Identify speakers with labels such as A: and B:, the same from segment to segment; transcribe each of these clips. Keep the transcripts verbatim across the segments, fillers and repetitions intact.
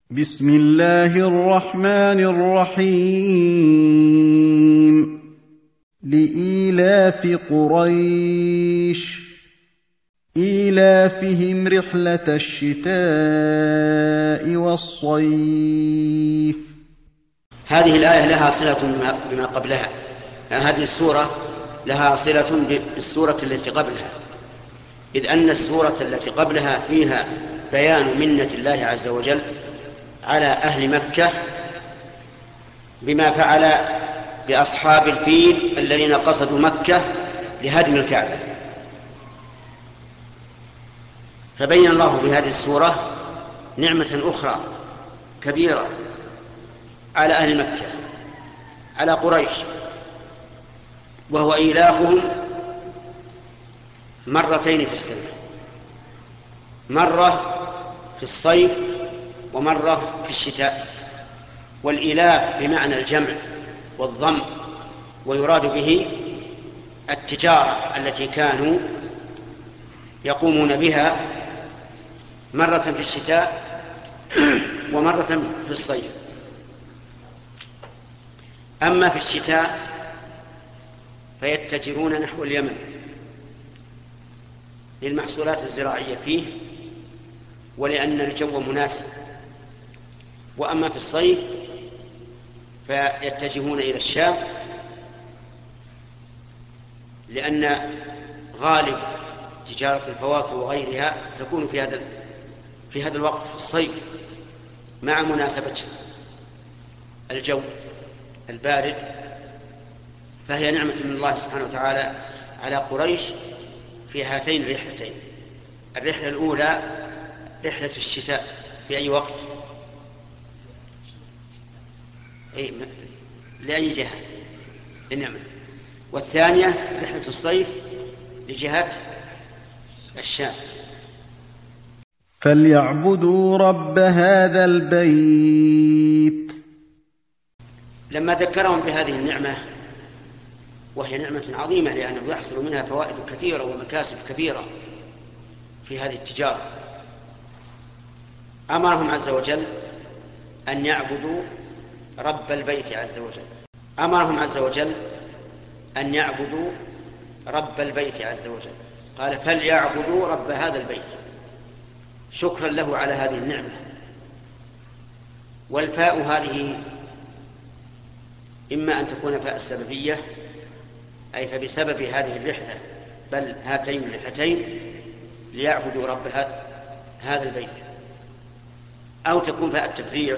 A: بسم الله الرحمن الرحيم لإيلاف قريش إيلافهم رحلة الشتاء والصيف.
B: هذه الآية لها صلة بما قبلها. هذه السورة لها صلة بالسورة التي قبلها، إذ أن السورة التي قبلها فيها بيان منة الله عز وجل على أهل مكة بما فعل بأصحاب الفيل الذين قصدوا مكة لهدم الكعبة. فبين الله بهذه السورة نعمة أخرى كبيرة على أهل مكة، على قريش، وهو إيلافهم مرتين في السنة، مرة في الصيف ومرة في الشتاء. والإيلاف بمعنى الجمع والضم، ويراد به التجارة التي كانوا يقومون بها مرة في الشتاء ومرة في الصيف. أما في الشتاء فيتجرون نحو اليمن للمحصولات الزراعية فيه ولأن الجو مناسب. وأما في الصيف فيتجهون إلى الشام لأن غالب تجارة الفواكه وغيرها تكون في هذا في هذا الوقت في الصيف مع مناسبة الجو البارد. فهي نعمة من الله سبحانه وتعالى على قريش في هاتين الرحلتين. الرحلة الأولى رحلة الشتاء في أي وقت؟ أي لأي جهة؟ للنعمة. والثانية رحلة الصيف لجهة الشام.
A: فليعبدوا رب هذا البيت.
B: لما ذكرهم بهذه النعمة، وهي نعمة عظيمة لأنه يحصل منها فوائد كثيرة ومكاسب كبيرة في هذه التجارة، أمرهم عز وجل أن يعبدوا رب البيت عز وجل. أمرهم عز وجل أن يعبدوا رب البيت عز وجل. قال فليعبدوا رب هذا البيت، شكرا له على هذه النعمة. والفاء هذه إما أن تكون فاء السببية، أي فبسبب هذه الرحلة بل هاتين الرحلتين ليعبدوا رب هذا البيت، أو تكون فاء التفريع.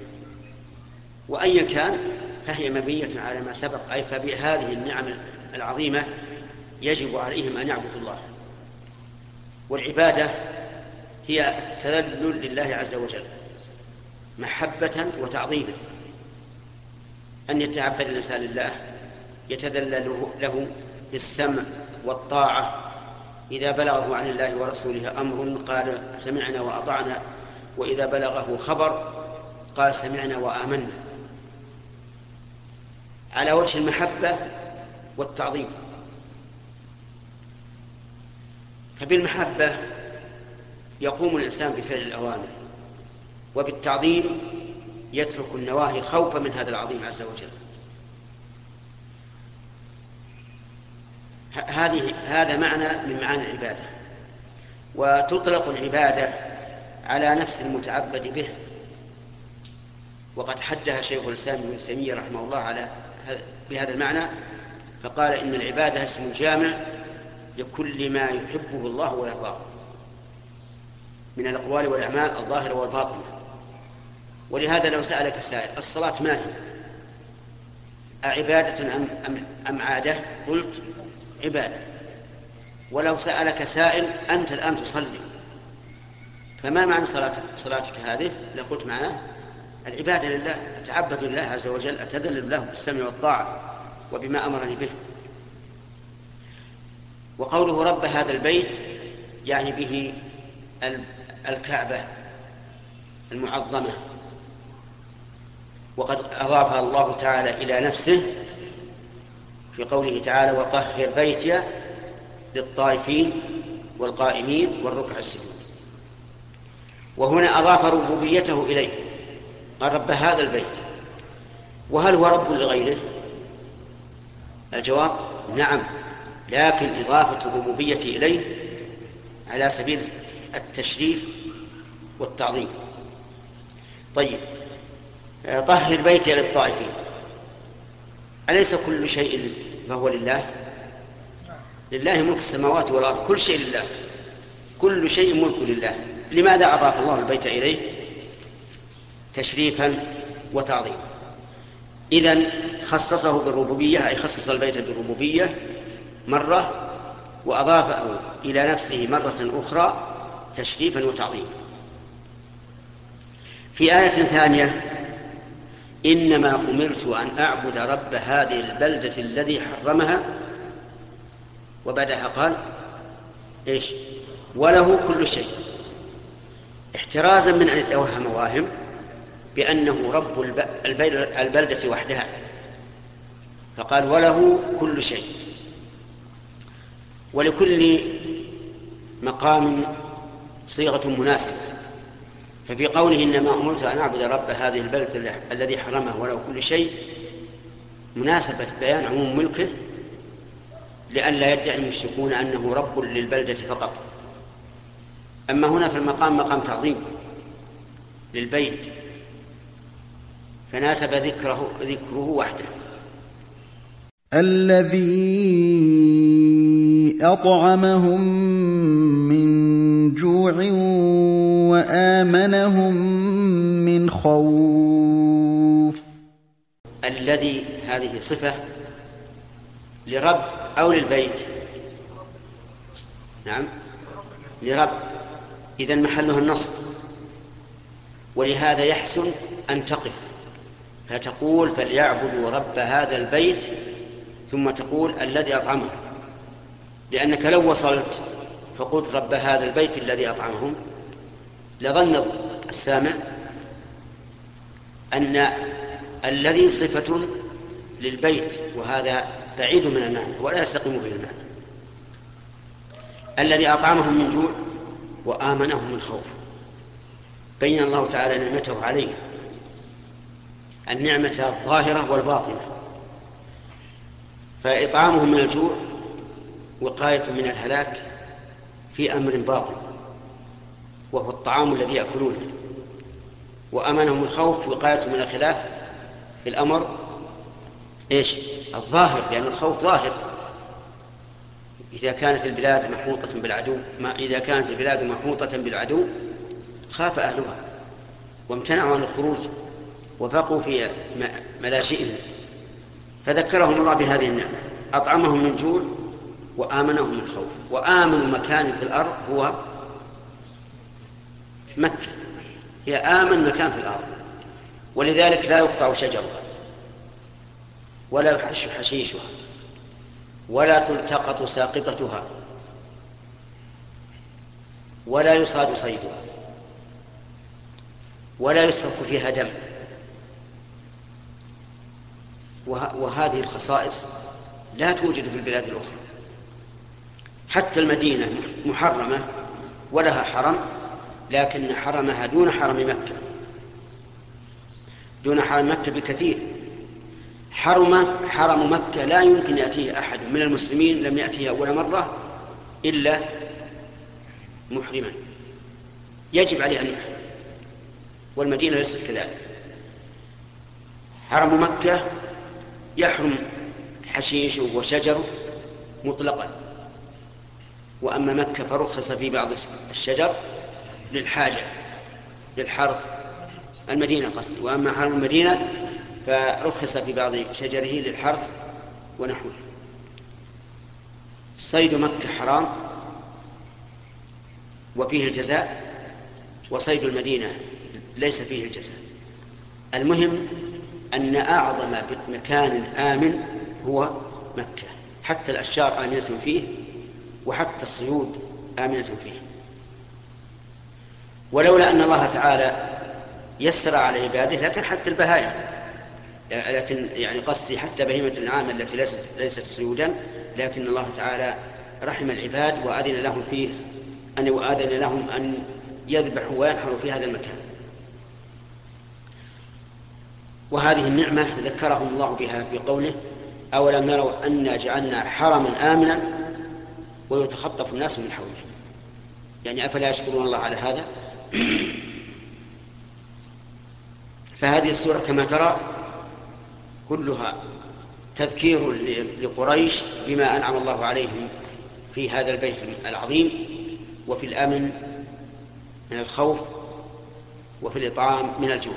B: وأيا كان فهي مبنية على ما سبق، أي فبهذه النعم العظيمة يجب عليهم أن يعبدوا الله. والعبادة هي التذلل لله عز وجل محبة وتعظيما، أن يتعبد الإنسان لله يتذلل له بالسمع والطاعة. إذا بلغه عن الله ورسوله أمر قال سمعنا وأطعنا، وإذا بلغه خبر قال سمعنا وآمنا، على وجه المحبة والتعظيم. فبالمحبة يقوم الإنسان بفعل الأوامر، وبالتعظيم يترك النواهي خوفا من هذا العظيم عز وجل. هذه هذا معنى من معاني العبادة. وتطلق العبادة على نفس المتعبد به، وقد حدها شيخ الإسلام ابن تيمية رحمه الله على بهذا المعنى، فقال إن العبادة اسم جامع لكل ما يحبه الله ويرضاه من الأقوال والأعمال الظاهرة والباطنة. ولهذا لو سألك سائل الصلاة ما هي؟ أعبادة أم, أم, أم عادة؟ قلت عبادة. ولو سألك سائل أنت الآن تصلي، فما معنى صلاتك, صلاتك هذه؟ لقلت معناه العبادة لله، أتعبد لله عز وجل، أتذلل له بالسمع والطاعة وبما أمرني به. وقوله رب هذا البيت يعني به الكعبة المعظمة، وقد أضافها الله تعالى إلى نفسه في قوله تعالى وطهر بيتي للطائفين والقائمين والركع السجود. وهنا أضاف ربوبيته إليه قال رب هذا البيت. وهل هو رب لغيره؟ الجواب نعم، لكن إضافة الربوبية إليه على سبيل التشريف والتعظيم. طيب، طهر بيتي للطائفين، أليس كل شيء فهو لله؟ لله ملك السماوات والأرض، كل شيء لله، كل شيء ملك لله. لماذا أضاف الله البيت إليه؟ تشريفا وتعظيما. إذن خصصه بالربوبية، أي خصص البيت بالربوبية مرة، وأضافه إلى نفسه مرة أخرى تشريفا وتعظيما. في آية ثانية: إنما أمرت أن أعبد رب هذه البلدة الذي حرمها، وبعدها قال إيش؟ وله كل شيء، احترازا من أن يتوهم واهم بأنه رب البلدة وحدها، فقال وله كل شيء. ولكل مقام صيغة مناسبة، ففي قوله إنما أمرت أن أعبد رب هذه البلدة الذي حرمه وله كل شيء مناسبة بيان عموم ملكه، لئلا يدعي المشركون أنه رب للبلدة فقط. أما هنا في المقام مقام تعظيم للبيت، فناسب ذكره, ذكره وحده.
A: الذي أطعمهم من جوع وآمنهم من خوف.
B: الذي هذه صفة لرب أو للبيت؟ نعم، لرب، إذن محله النصب، ولهذا يحسن أن تقف فتقول فليعبدوا رب هذا البيت، ثم تقول الذي أطعمه، لأنك لو وصلت فقلت رب هذا البيت الذي أطعمهم لظن السامع أن الذي صفة للبيت، وهذا بعيد من المعنى ولا يستقيم به المعنى. الذي أطعمهم من جوع وآمنهم من خوف، بين الله تعالى نعمته عليه، النعمة الظاهرة والباطنة. فإطعامهم من الجوع وقاية من الهلاك في أمر باطن، وهو الطعام الذي يأكلونه، وأمنهم الخوف وقاية من الخلاف في الأمر إيش؟ الظاهر، لأن الخوف ظاهر. إذا كانت البلاد محوطة بالعدو ما إذا كانت البلاد محوطة بالعدو خاف أهلها وامتنعوا عن الخروج وبقوا في ملاجئهم، فذكرهم الله بهذه النعمة، أطعمهم من جوع وآمنهم من خوف. وآمن مكان في الأرض هو مكة، هي آمن مكان في الأرض، ولذلك لا يقطع شجرها ولا يحش حشيشها ولا تلتقط ساقطتها ولا يصاد صيدها ولا يسفك فيها دم. وهذه الخصائص لا توجد في البلاد الأخرى. حتى المدينة محرمة ولها حرم، لكن حرمها دون حرم مكة، دون حرم مكة بكثير. حرم حرم مكة لا يمكن يأتيه أحد من المسلمين لم يأتيه أول مرة إلا محرما، يجب عليه أن يحرم، والمدينة ليست كذلك. حرم مكة يحرم حشيش وشجر مطلقا، وأما مكة فرخص في بعض الشجر للحاجة للحرث، المدينة قصدي، وأما حرم المدينة فرخص في بعض شجره للحرث ونحوه. صيد مكة حرام وفيه الجزاء، وصيد المدينة ليس فيه الجزاء. المهم أن أعظم مكان آمن هو مكة، حتى الأشجار آمنة فيه وحتى الصيود آمنة فيه. ولولا أن الله تعالى يسر على عباده لكن حتى البهائم، لكن يعني قصدي حتى بهيمة الأنعام التي ليست ليست صيودا، لكن الله تعالى رحم العباد وأذن لهم فيه أن وأذن لهم أن يذبحوا وينحروا في هذا المكان. وهذه النعمة ذكرهم الله بها في قوله أولم يروا أنا جعلنا حرما آمنا ويتخطف الناس من حولهم، يعني أفلا يشكرون الله على هذا. فهذه السورة كما ترى كلها تذكير لقريش بما أنعم الله عليهم في هذا البيت العظيم، وفي الأمن من الخوف، وفي الإطعام من الجوع.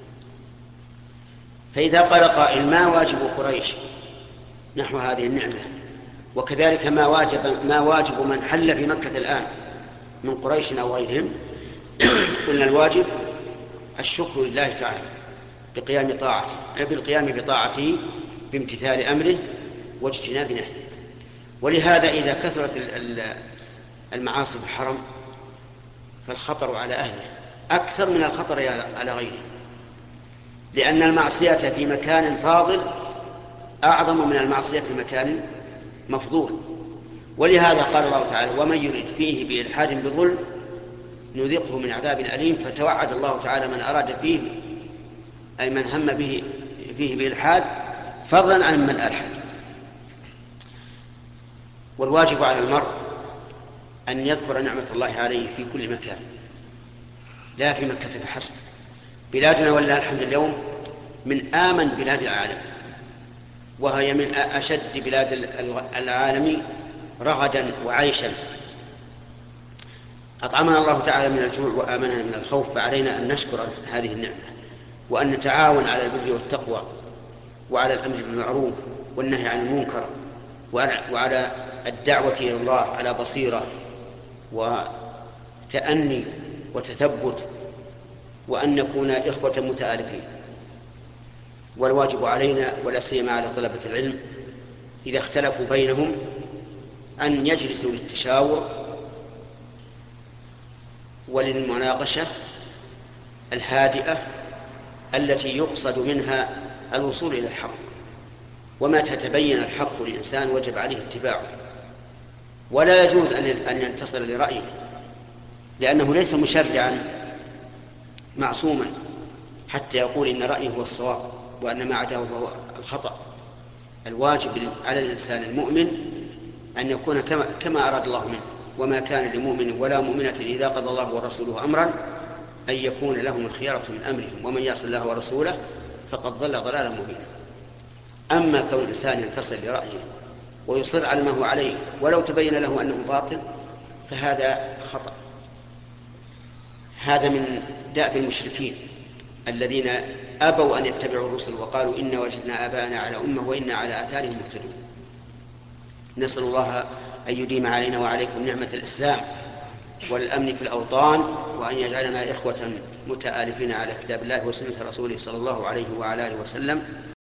B: فإذا قال قائل ما واجب قريش نحو هذه النعمة، وكذلك ما واجب, ما واجب من حل في مكة الآن من قريش أو غيرهم، قلنا الواجب الشكر لله تعالى بقيام طاعته بالقيام بطاعته بامتثال أمره واجتناب نهيه. ولهذا إذا كثرت المعاصي في الحرم فالخطر على أهله أكثر من الخطر على غيره، لأن المعصية في مكان فاضل أعظم من المعصية في مكان مفضول. ولهذا قال الله تعالى ومن يرد فيه بإلحاد بظلم نذقه من عذاب أليم. فتوعد الله تعالى من أراد فيه أي من هم به فيه بإلحاد فضلا عن من ألحد. والواجب على المرء أن يذكر نعمة الله عليه في كل مكان، لا في مكة فحسب. بلادنا ولله الحمد اليوم من آمن بلاد العالم، وهي من أشد بلاد العالم رغدا وعيشا. أطعمنا الله تعالى من الجوع وآمنا من الخوف، فعلينا أن نشكر هذه النعمة، وأن نتعاون على البر والتقوى وعلى الأمر بالمعروف والنهي عن المنكر وعلى الدعوة إلى الله على بصيرة وتأني وتثبت، وأن نكون إخوة متآلفين. والواجب علينا ولا سيما على طلبة العلم إذا اختلفوا بينهم أن يجلسوا للتشاور وللمناقشة الهادئة التي يقصد منها الوصول إلى الحق. وما تتبين الحق للإنسان وجب عليه اتباعه، ولا يجوز أن ينتصر لرأيه، لأنه ليس مشرعا معصوما حتى يقول إن رأيه هو الصواب وأن ما عداه هو الخطأ. الواجب على الإنسان المؤمن أن يكون كما, كما أراد الله منه. وما كان لمؤمن ولا مؤمنة إذا قضى الله ورسوله أمرا أن يكون لهم الخيارة من أمرهم ومن يعص الله ورسوله فقد ضل ضلالا مبينا. أما كون الإنسان ينتصر لرأيه ويصر على ما هو عليه ولو تبين له أنه باطل فهذا خطأ. هذا من دأب المشركين الذين أبوا أن يتبعوا الرسل وقالوا إن وجدنا آباءنا على أمة وإنا على آثارهم مهتدون. نسأل الله أن يديم علينا وعليكم نعمة الإسلام والأمن في الأوطان، وأن يجعلنا إخوة متآلفين على كتاب الله وسنة رسوله صلى الله عليه وعلى آله وسلم.